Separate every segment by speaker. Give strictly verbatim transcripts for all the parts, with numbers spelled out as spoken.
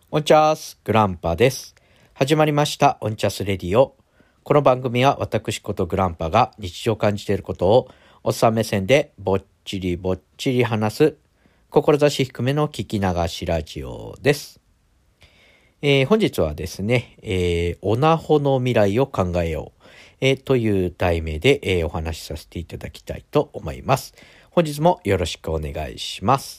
Speaker 1: オンチャースグランパです。始まりましたオンチャスレディオ。この番組は私ことグランパが日常感じていることをおっさん目線でぼっちりぼっちり話す志低めの聞き流しラジオです。えー、本日はですね、えー、オナホの未来を考えよう、えー、という題名で、えー、お話しさせていただきたいと思います。本日もよろしくお願いします。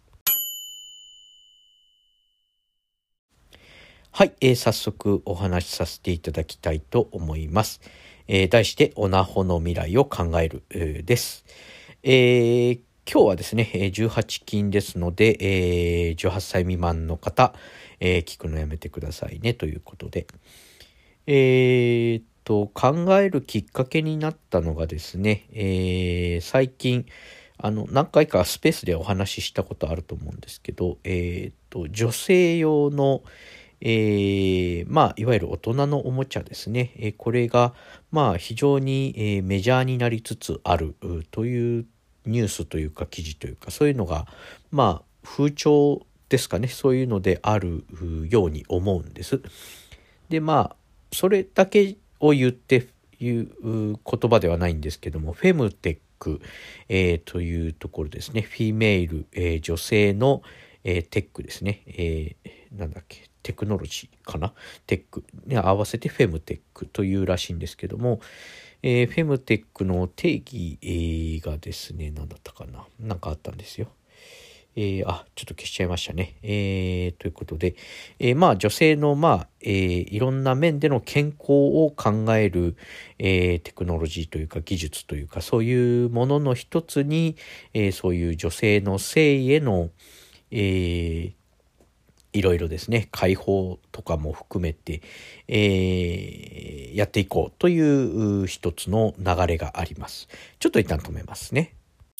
Speaker 1: はい、えー、早速お話しさせていただきたいと思います。えー、題してオナホの未来を考える、えー、です。えー、今日はですね、じゅうはちきんですので、えー、じゅうはっさい未満の方、えー、聞くのやめてくださいねということで、えー、と考えるきっかけになったのがですね、えー、最近あの何回かスペースでお話ししたことあると思うんですけど、えー、と女性用のえー、まあいわゆる大人のおもちゃですね、えー、これがまあ非常に、えー、メジャーになりつつあるというニュースというか記事というか、そういうのがまあ風潮ですかね、そういうのであるように思うんです。でまあそれだけを言っていう言葉ではないんですけども、フェムテック、えー、というところですね。フィメール、えー、女性の、えー、テックですね、えー、なんだっけテクノロジーかな、テックに合わせてフェムテックというらしいんですけども、えー、フェムテックの定義、えー、がですね、何だったかな、なんかあったんですよ。えー、あ、ちょっと消しちゃいましたね。えー、ということで、えー、まあ女性のまあ、えー、いろんな面での健康を考える、えー、テクノロジーというか技術というか、そういうものの一つに、えー、そういう女性の性への、えー、いろいろですね、解放とかも含めて、えー、やっていこうという一つの流れがあります。ちょっと一旦止めますね。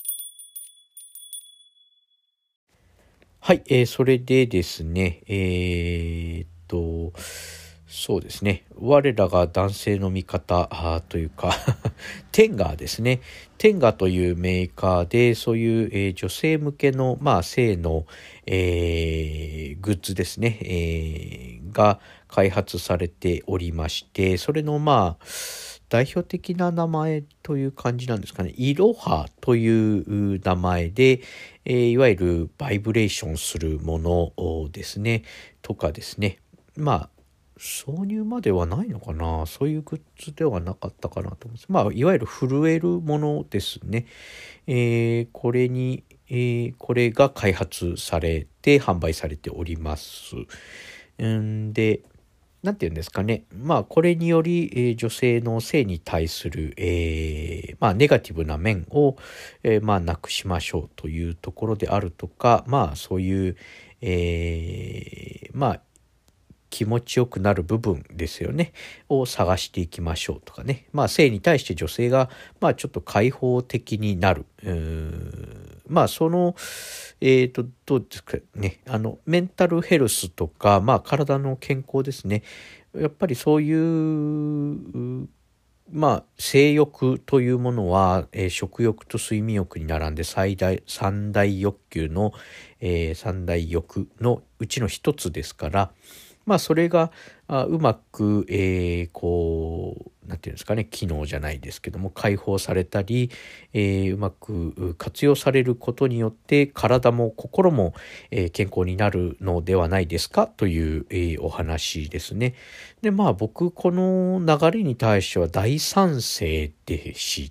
Speaker 1: はい、えー、それでですね、えー、っと、そうですね、我らが男性の味方というか、テンガーですね、テンガというメーカーで、そういう、えー、女性向けの、まあ、性の、えー、グッズですね、えー、が開発されておりまして、それの、まあ、代表的な名前という感じなんですかね。イロハという名前で、えー、いわゆるバイブレーションするものですね。とかですね。まあ、挿入まではないのかな。そういうグッズではなかったかなと思います。まあ、いわゆる震えるものですね。えー、これに、えー、これが開発されて販売されております。んで、なんていうんですかね。まあ、これにより、えー、女性の性に対する、えー、まあ、ネガティブな面を、えー、まあ、なくしましょうというところであるとか、まあ、そういう、えー、まあ、気持ちよくなる部分ですよねを探していきましょうとかね、まあ性に対して女性がまあちょっと開放的になる、うーんまあそのえっとどうですかね、あのメンタルヘルスとかまあ体の健康ですね、やっぱりそういうまあ性欲というものは、えー、食欲と睡眠欲に並んで最大三大欲求の、えー、三大欲のうちの一つですから、まあそれがあうまく、えー、こうなんていうんですかね、機能じゃないですけども解放されたり、えー、うまく活用されることによって体も心も、えー、健康になるのではないですかという、えー、お話ですね。でまあ僕この流れに対しては大賛成でして、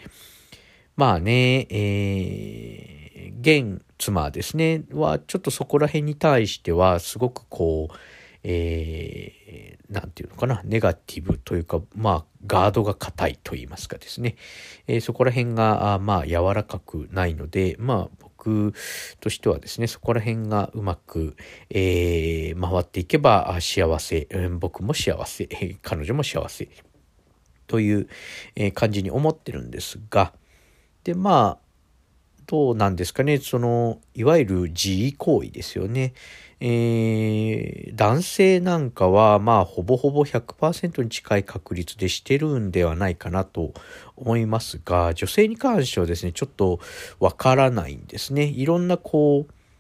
Speaker 1: まあね、えー、現妻ですねはちょっとそこら辺に対してはすごくこうえー、なんていうのかな、ネガティブというか、まあ、ガードが硬いと言いますかですね、えー、そこら辺が、あまあ、柔らかくないので、まあ、僕としてはですね、そこら辺がうまく、えー、回っていけば幸せ、えー、僕も幸せ、彼女も幸せという、えー、感じに思ってるんですが、で、まあ、どうなんですかね、そのいわゆる自慰行為ですよね、えー、男性なんかはまあほぼほぼ ひゃくパーセント に近い確率でしてるんではないかなと思いますが、女性に関してはですねちょっとわからないんですね。いろんなこう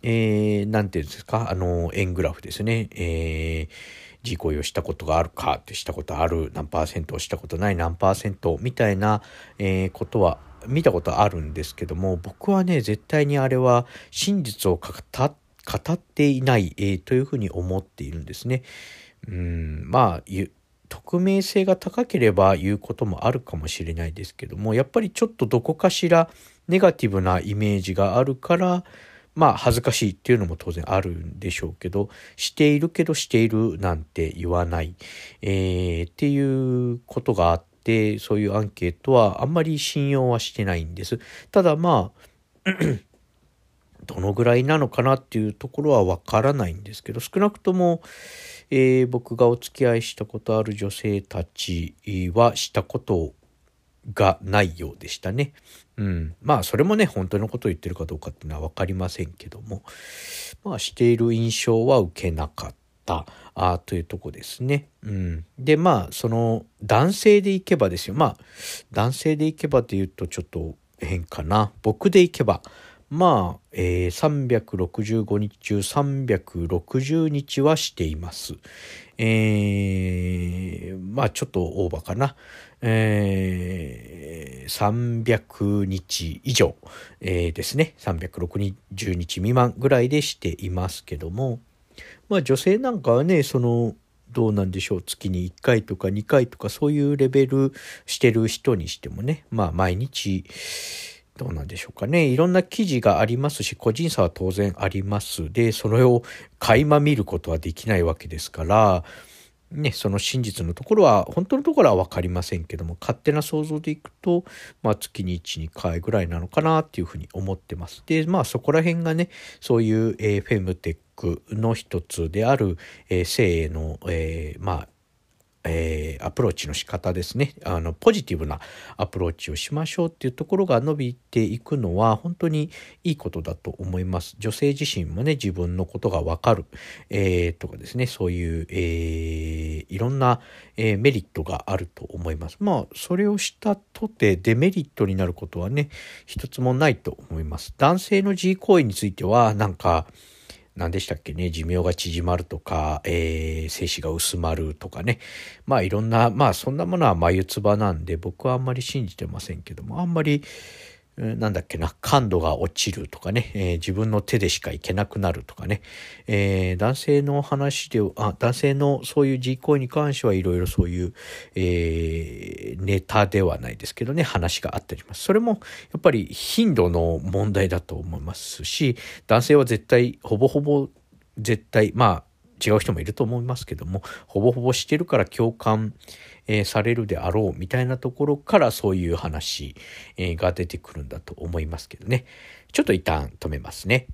Speaker 1: えー、なんていうんですか、あの、円グラフですね。えー、自行為をしたことがあるかってしたことある、何パーセントをしたことない、何パーセントみたいな、えー、ことは見たことあるんですけども、僕はね、絶対にあれは真実を語語っていない、えー、というふうに思っているんですね。うん、まあ、匿名性が高ければ言うこともあるかもしれないですけども、やっぱりちょっとどこかしらネガティブなイメージがあるから、まあ恥ずかしいっていうのも当然あるんでしょうけど、しているけどしているなんて言わない、えー、っていうことがあって、そういうアンケートはあんまり信用はしてないんです。ただまあどのぐらいなのかなっていうところはわからないんですけど、少なくとも、えー僕がお付き合いしたことある女性たちはしたことがないようでしたね。うん、まあそれもね、本当のことを言ってるかどうかっていうのは分かりませんけども、まあしている印象は受けなかったあというとこですね。うん、でまあその男性でいけばですよ。まあ男性でいけばというとちょっと変かな。僕でいけばまあ、えー、さんびゃくろくじゅうごにち中さんびゃくろくじゅうにちはしています。えー、まあちょっとオーバーかな。えー、さんびゃくにち以上、えー、ですね。さんびゃくろくじゅうにち未満ぐらいでしていますけども、まあ女性なんかはね、その、どうなんでしょう。月にいっかいとかにかいとかそういうレベルしてる人にしてもね、まあ毎日、どうなんでしょうかね。いろんな記事がありますし、個人差は当然あります。で、それを垣間見ることはできないわけですから、ね、その真実のところは、本当のところは分かりませんけども、勝手な想像でいくと、まあ月にいち、にかいぐらいなのかなっていうふうに思ってます。で、まあそこら辺がね、そういう、えーフェムテックの一つである、えー性への、えーまあ、えーアプローチの仕方ですね。あのポジティブなアプローチをしましょうっていうところが伸びていくのは本当にいいことだと思います。女性自身もね、自分のことがわかる、えーとかですね、そういう、えーいろんな、えーメリットがあると思います。まあそれをしたとてデメリットになることはね、一つもないと思います。男性の自慰行為についてはなんか何でしたっけね、寿命が縮まるとか、えー、精子が薄まるとかね。まあいろんな、まあそんなものは眉唾なんで僕はあんまり信じてませんけども、あんまり、なんだっけな、感度が落ちるとかね、えー、自分の手でしかいけなくなるとかね、えー、男性の話で、あ、男性のそういう実行に関してはいろいろそういう、えー、ネタではないですけどね、話があったりします。それもやっぱり頻度の問題だと思いますし、男性は絶対、ほぼほぼ絶対、まあ、違う人もいると思いますけども、ほぼほぼしてるから共感、えーされるであろうみたいなところからそういう話、えーが出てくるんだと思いますけどね。ちょっと一旦止めますね。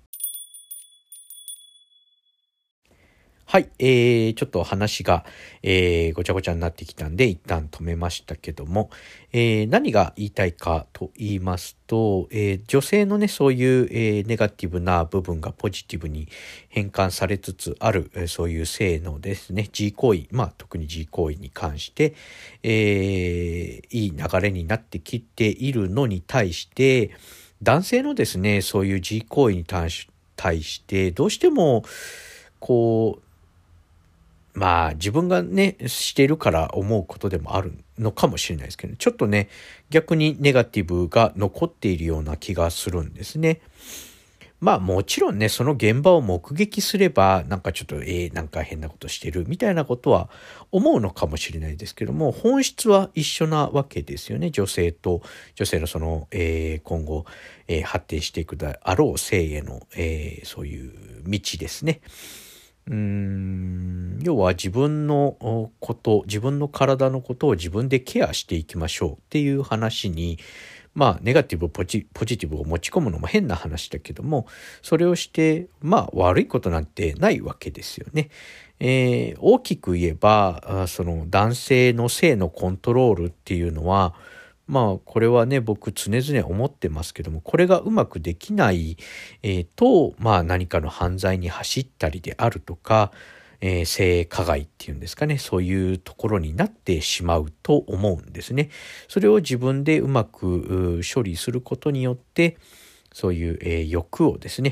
Speaker 1: はい、えー、ちょっと話が、えー、ごちゃごちゃになってきたんで一旦止めましたけども、えー、何が言いたいかと言いますと、えー、女性のね、そういう、えーネガティブな部分がポジティブに変換されつつある、えーそういう性のですね、自慰行為、まあ特に自慰行為に関して、えーいい流れになってきているのに対して、男性のですね、そういう自慰行為に対し対してどうしてもこうまあ自分がねしてるから思うことでもあるのかもしれないですけど、ちょっとね逆にネガティブが残っているような気がするんですね。まあもちろんね、その現場を目撃すればなんかちょっとえー、なんか変なことしてるみたいなことは思うのかもしれないですけども、本質は一緒なわけですよね。女性と女性のその、えー今後、えー発展していくであろう性への、えーそういう道ですね。うーん要は自分のこと、自分の体のことを自分でケアしていきましょうっていう話に、まあネガティブポジ、ポジティブを持ち込むのも変な話だけども、それをしてまあ悪いことなんてないわけですよね。えー大きく言えば、あその男性の性のコントロールっていうのは、まあこれはね僕常々思ってますけども、これがうまくできない、えーとまあ何かの犯罪に走ったりであるとか、えー性加害っていうんですかね、そういうところになってしまうと思うんですね。それを自分でうまくう処理することによってそういう、えー欲をですね、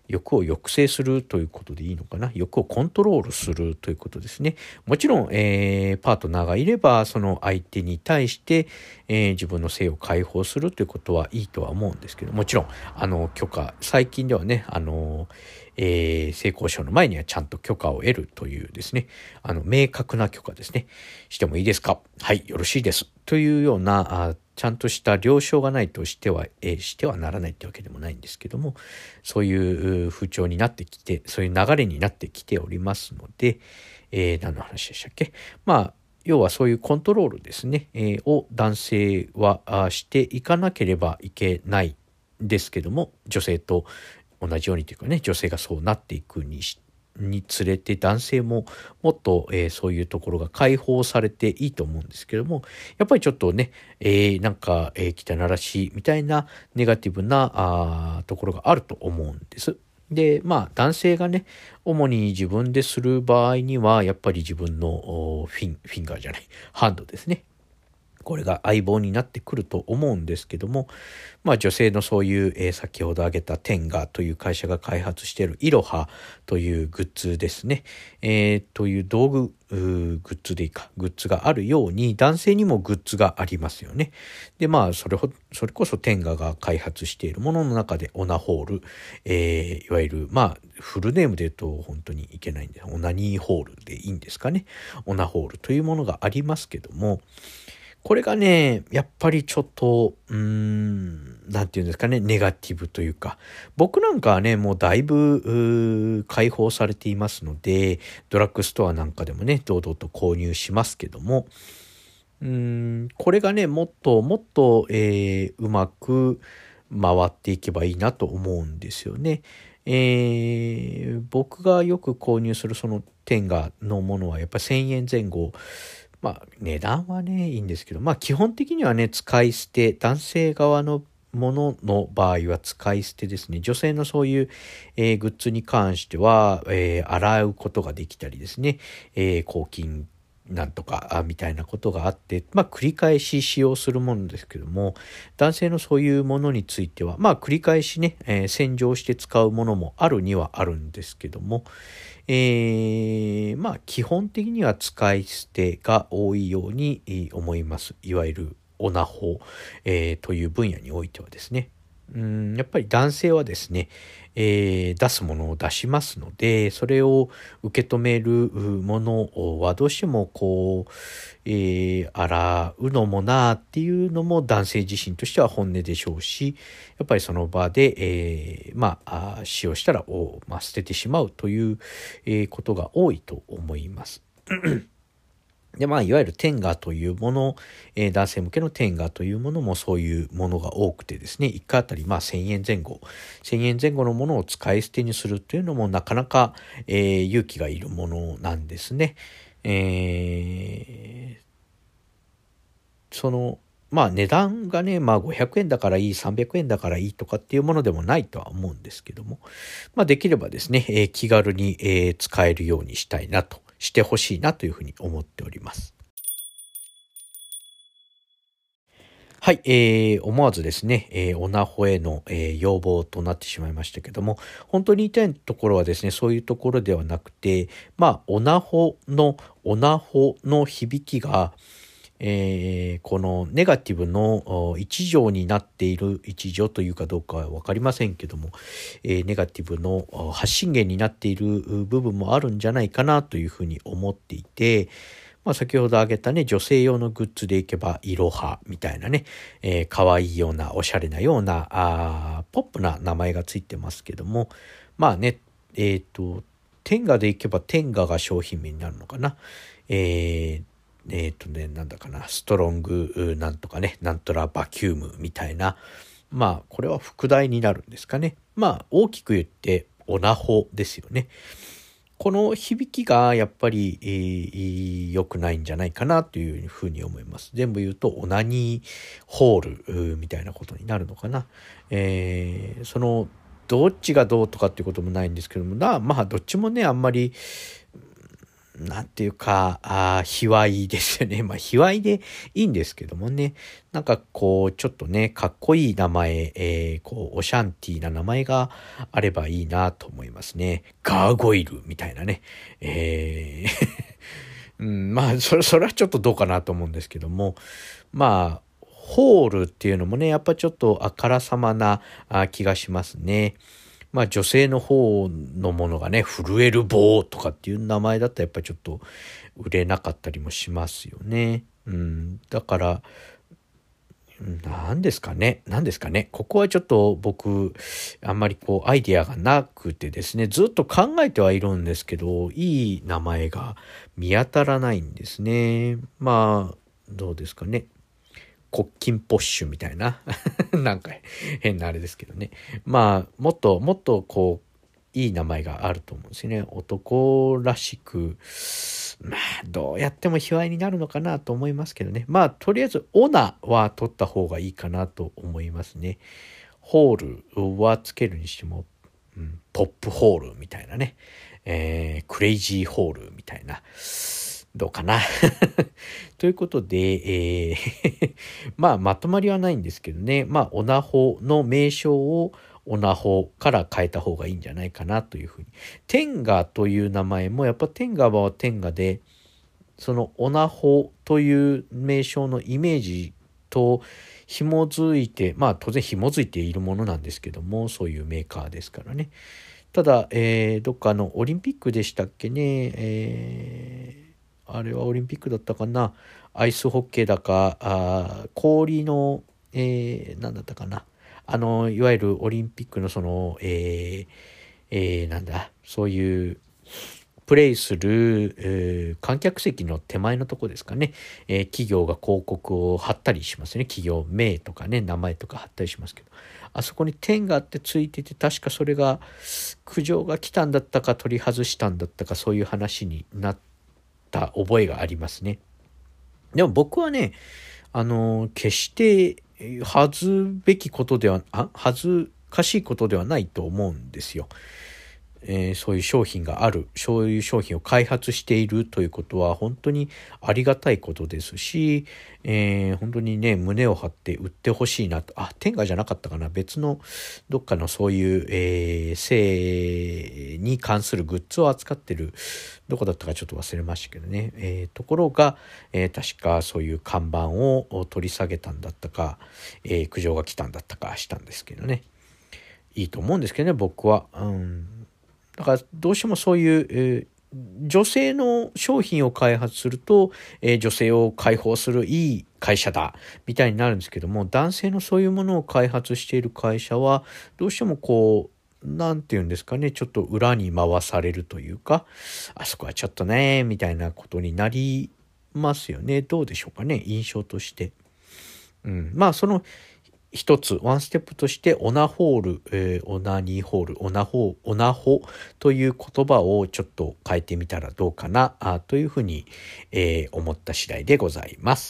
Speaker 1: 欲を抑制するということでいいのかな。欲をコントロールするということですね。もちろん、えー、パートナーがいれば、その相手に対して、えー、自分の性を解放するということはいいとは思うんですけど、もちろん、あの、許可、最近ではね、あの、えー、性交渉の前にはちゃんと許可を得るというですね、あの、明確な許可ですね。してもいいですか？はい、よろしいです。というような、あちゃんとした了承がないとしては、えー、してはならないってわけでもないんですけども、そういう風潮になってきて、そういう流れになってきておりますので、えー、何の話でしたっけ？まあ、要はそういうコントロールですね、えー、を男性はしていかなければいけないんですけども、女性と同じようにというかね、女性がそうなっていくにしにつれて男性ももっと、えー、そういうところが解放されていいと思うんですけども、やっぱりちょっとね、えー、なんか、えー、汚らしいみたいなネガティブなあところがあると思うんです。で、まあ男性がね、主に自分でする場合には、やっぱり自分のフィン、フィンガーじゃない、ハンドですね。これが相棒になってくると思うんですけども、まあ女性のそういう、えー、先ほど挙げたテンガという会社が開発しているイロハというグッズですね、えー、という道具、グッズでいいか、グッズがあるように男性にもグッズがありますよね。で、まあそれほ、それこそテンガが開発しているものの中でオナホール、えー、いわゆる、まあフルネームで言うと本当にいけないんで、オナニーホールでいいんですかね。オナホールというものがありますけども、これがね、やっぱりちょっと、うーん、なんていうんですかね、ネガティブというか、僕なんかはね、もうだいぶ、解放されていますので、ドラッグストアなんかでもね、堂々と購入しますけども、うーん、これがね、もっともっと、えー、うまく回っていけばいいなと思うんですよね。えー、僕がよく購入するそのテンガのものはやっぱせんえんぜん後、まあ値段はねいいんですけど、まあ基本的にはね使い捨て、男性側のものの場合は使い捨てですね。女性のそういう、えー、グッズに関しては、えー、洗うことができたりですね、えー、抗菌なんとかみたいなことがあって、まあ繰り返し使用するものですけども、男性のそういうものについては、まあ繰り返しね、えー、洗浄して使うものもあるにはあるんですけども、えー、まあ基本的には使い捨てが多いように思います。いわゆるオナホ、えー、という分野においてはですね。うんやっぱり男性はですね、えー、出すものを出しますので、それを受け止めるものはどうしてもこう、えー、洗うのもなっていうのも男性自身としては本音でしょうし、やっぱりその場で、えー、まあ使用したらお、まあ、捨ててしまうという、えー、ことが多いと思います。で、まあ、いわゆるテンガというもの、えー、男性向けのテンガというものもそういうものが多くてですね、いっかいあたりまあせんえんぜん後、せんえんぜん後のものを使い捨てにするというのもなかなか、えー、勇気がいるものなんですね。えー、その、まあ値段がね、まあごひゃくえんだからいい、さんびゃくえんだからいいとかっていうものでもないとは思うんですけども、まあできればですね、えー、気軽に、えー、使えるようにしたいなと。してほしいなというふうに思っております。はい、えー、思わずですね、えー、オナホへの、えー、要望となってしまいましたけども、本当に言いたいところはですね、そういうところではなくて、まあ、オナホの、オナホの響きが、えー、このネガティブの一助になっている、一助というかどうかは分かりませんけども、えー、ネガティブの発信源になっている部分もあるんじゃないかなというふうに思っていて、まあ、先ほど挙げたね、女性用のグッズでいけば、イロハみたいなね、えー、可愛いような、おしゃれなような、あポップな名前がついてますけども、まあね、えっと、テンガでいけばテンガが商品名になるのかな。えーえっとね、なんだかな、ストロングなんとかね、なんとらバキュームみたいな、まあ、これは副題になるんですかね。まあ、大きく言って、オナホですよね。この響きがやっぱり、えー、良くないんじゃないかなというふうに思います。全部言うと、オナニーホールみたいなことになるのかな。えー、その、どっちがどうとかっていうこともないんですけども、なまあ、どっちもね、あんまり、 なんていうか、あ卑猥ですよね。まあ、卑猥でいいんですけどもね。なんかこう、ちょっとね、かっこいい名前、えー、こう、オシャンティーな名前があればいいなと思いますね。ガーゴイルみたいなね。えーうん、まあ、それ、それはちょっとどうかなと思うんですけども。まあ、ホールっていうのもね、やっぱちょっとあからさまなあ気がしますね。まあ女性の方のものがね、震える棒とかっていう名前だったらやっぱりちょっと売れなかったりもしますよね。うん。だから、何ですかね。何ですかね。ここはちょっと僕、あんまりこうアイディアがなくてですね、ずっと考えてはいるんですけど、いい名前が見当たらないんですね。まあ、どうですかね。コッキンポッシュみたいななんか変なあれですけどね。まあもっともっとこういい名前があると思うんですよね。男らしく、まあどうやっても卑猥になるのかなと思いますけどね。まあとりあえずオナは取った方がいいかなと思いますね。ホールはつけるにしても、うん、ポップホールみたいなね、えー、クレイジーホールみたいな。どうかなということで、えーまあまとまりはないんですけどね、まあオナホの名称をオナホから変えた方がいいんじゃないかなというふうに。テンガという名前もやっぱテンガはテンガで、そのオナホという名称のイメージと紐づいて、まあ当然紐づいているものなんですけども、そういうメーカーですからね。ただ、えー、どっかのオリンピックでしたっけね、えーあれはオリンピックだったかな、アイスホッケーだか、あ氷の、えー、なんだったかな、あのいわゆるオリンピックのその、えーえー、なんだそういうプレイする、えー観客席の手前のとこですかね、えー企業が広告を貼ったりしますね。企業名とかね、名前とか貼ったりしますけど、あそこに点があってついてて、確かそれが苦情が来たんだったか取り外したんだったか、そういう話になった覚えがありますね。でも僕はね、あの決して恥ずべきことではあ恥ずかしいことではないと思うんですよ。えーそういう商品がある、そういう商品を開発しているということは本当にありがたいことですし、えー本当にね、胸を張って売ってほしいなと。あ、天下じゃなかったかな、別のどっかのそういう、えー性に関するグッズを扱ってるどこだったかちょっと忘れましたけどね、えーところが、えー確かそういう看板を取り下げたんだったか、えー苦情が来たんだったかしたんですけどね。いいと思うんですけどね、僕は。うんだからどうしてもそういう、えー女性の商品を開発すると、えー女性を解放するいい会社だみたいになるんですけども、男性のそういうものを開発している会社はどうしてもこうなんていうんですかね、ちょっと裏に回されるというか、あそこはちょっとねみたいなことになりますよね。どうでしょうかね、印象として。うん、まあその一つワンステップとしてオナホール、えーオナニーホール、オナホオナホという言葉をちょっと変えてみたらどうかなあというふうに、えー思った次第でございます。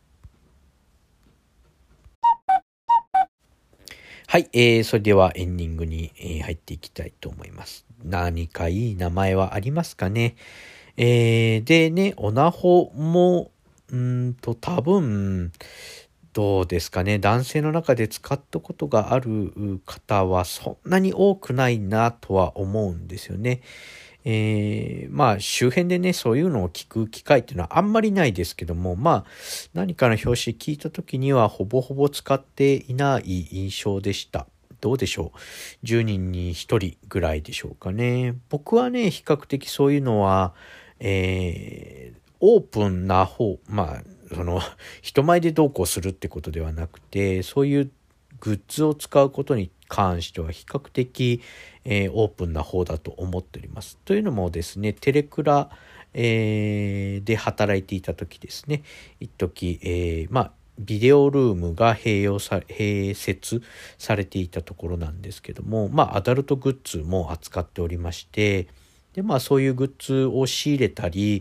Speaker 1: はい、えー、それではエンディングに、えー入っていきたいと思います。何かいい名前はありますかね。えー、でね、オナホもうーんと多分どうですかね、男性の中で使ったことがある方はそんなに多くないなとは思うんですよね。えーまあ周辺でねそういうのを聞く機会っていうのはあんまりないですけども、まあ何かの表紙聞いた時にはほぼほぼ使っていない印象でした。どうでしょう、じゅうにんにひとりぐらいでしょうかね。僕はね比較的そういうのは、えーオープンな方、まあその人前でどうこうするってことではなくて、そういうグッズを使うことに関しては比較的、えーオープンな方だと思っております。というのもですね、テレクラ、えーで働いていた時ですね、一時、えーまあビデオルームが併用さ併設されていたところなんですけども、まあアダルトグッズも扱っておりまして、でまあそういうグッズを仕入れたり、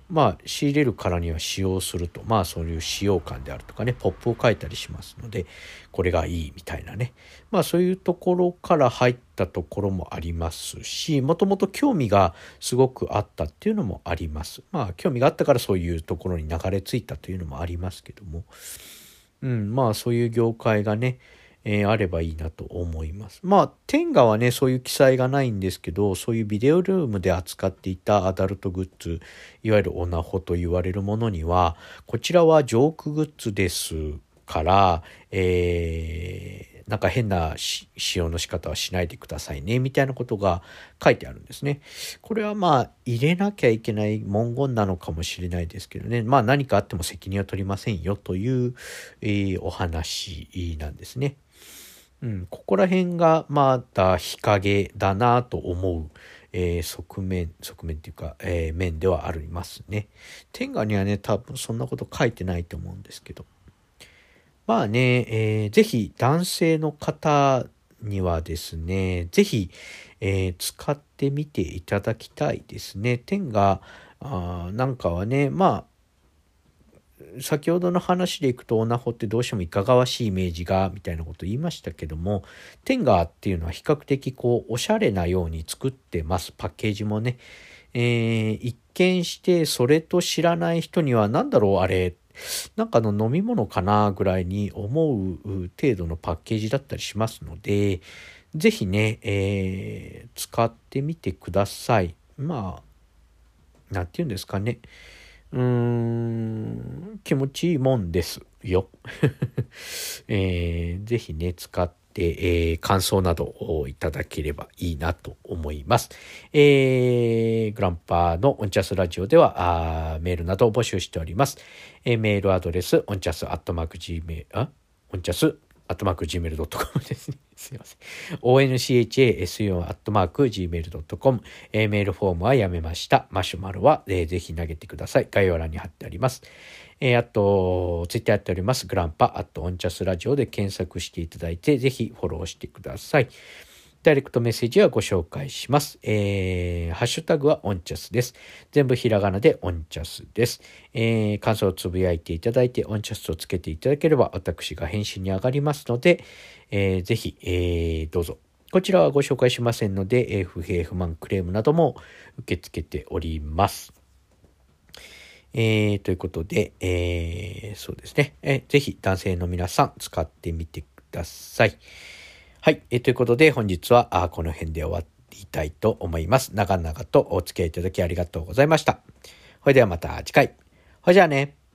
Speaker 1: まあ仕入れるからには使用すると、まあそういう使用感であるとかね、ポップを書いたりしますので、これがいいみたいなね、まあそういうところから入ったところもありますし、もともと興味がすごくあったっていうのもあります。まあ興味があったからそういうところに流れ着いたというのもありますけども、うん、まあそういう業界がね、えーあればいいなと思います。まあ天下はねそういう記載がないんですけど、そういうビデオルームで扱っていたアダルトグッズ、いわゆるオナホと言われるものには、こちらはジョークグッズですから、えーなんか変なし使用の仕方はしないでくださいねみたいなことが書いてあるんですね。これはまあ入れなきゃいけない文言なのかもしれないですけどね、まあ何かあっても責任は取りませんよという、えーお話なんですね。うん、ここら辺がまだ日陰だなと思う、えー側面側面っていうか、えー面ではありますね。天下にはね多分そんなこと書いてないと思うんですけど、まあね、えーぜひ男性の方にはですね、ぜひ、えー使ってみていただきたいですね。天下あーなんかはね、まあ先ほどの話でいくとオナホってどうしてもいかがわしいイメージがみたいなこと言いましたけども、テンガーっていうのは比較的こうおしゃれなように作ってます。パッケージもね、えー一見してそれと知らない人には何だろうあれなんかの飲み物かなぐらいに思う程度のパッケージだったりしますので、ぜひね、えー使ってみてください。まあなんて言うんですかね、うーん、気持ちいいもんですよ。えー、ぜひね、使って、えー感想などをいただければいいなと思います。えーグランパーのオンチャスラジオでは、あーメールなどを募集しております。えーメールアドレス、オンチャスアットマーク Gmail、あ、オンチャスアットマーク ジーメールドットコム ですね。すいません。オーエヌシーエイチエーエスユー アットマーク ジーメールドットコム、えーメールフォームはやめました。マシュマロは、えーぜひ投げてください。概要欄に貼ってあります。えーあと、ツイッターやっております。グランパアットオンチャスラジオで検索していただいて、ぜひフォローしてください。ダイレクトメッセージはご紹介します。えー、ハッシュタグはオンチャスです。全部ひらがなでオンチャスです。えー、感想をつぶやいていただいて、オンチャスをつけていただければ、私が返信に上がりますので、えー、ぜひ、えー、どうぞ。こちらはご紹介しませんので、えー、不平不満クレームなども受け付けております。えー、ということで、えー、そうですね、えー。ぜひ男性の皆さん使ってみてください。はい、えー。ということで本日はあこの辺で終わりたいと思います。長々とお付き合いいただきありがとうございました。それではまた次回。ほいじゃあね。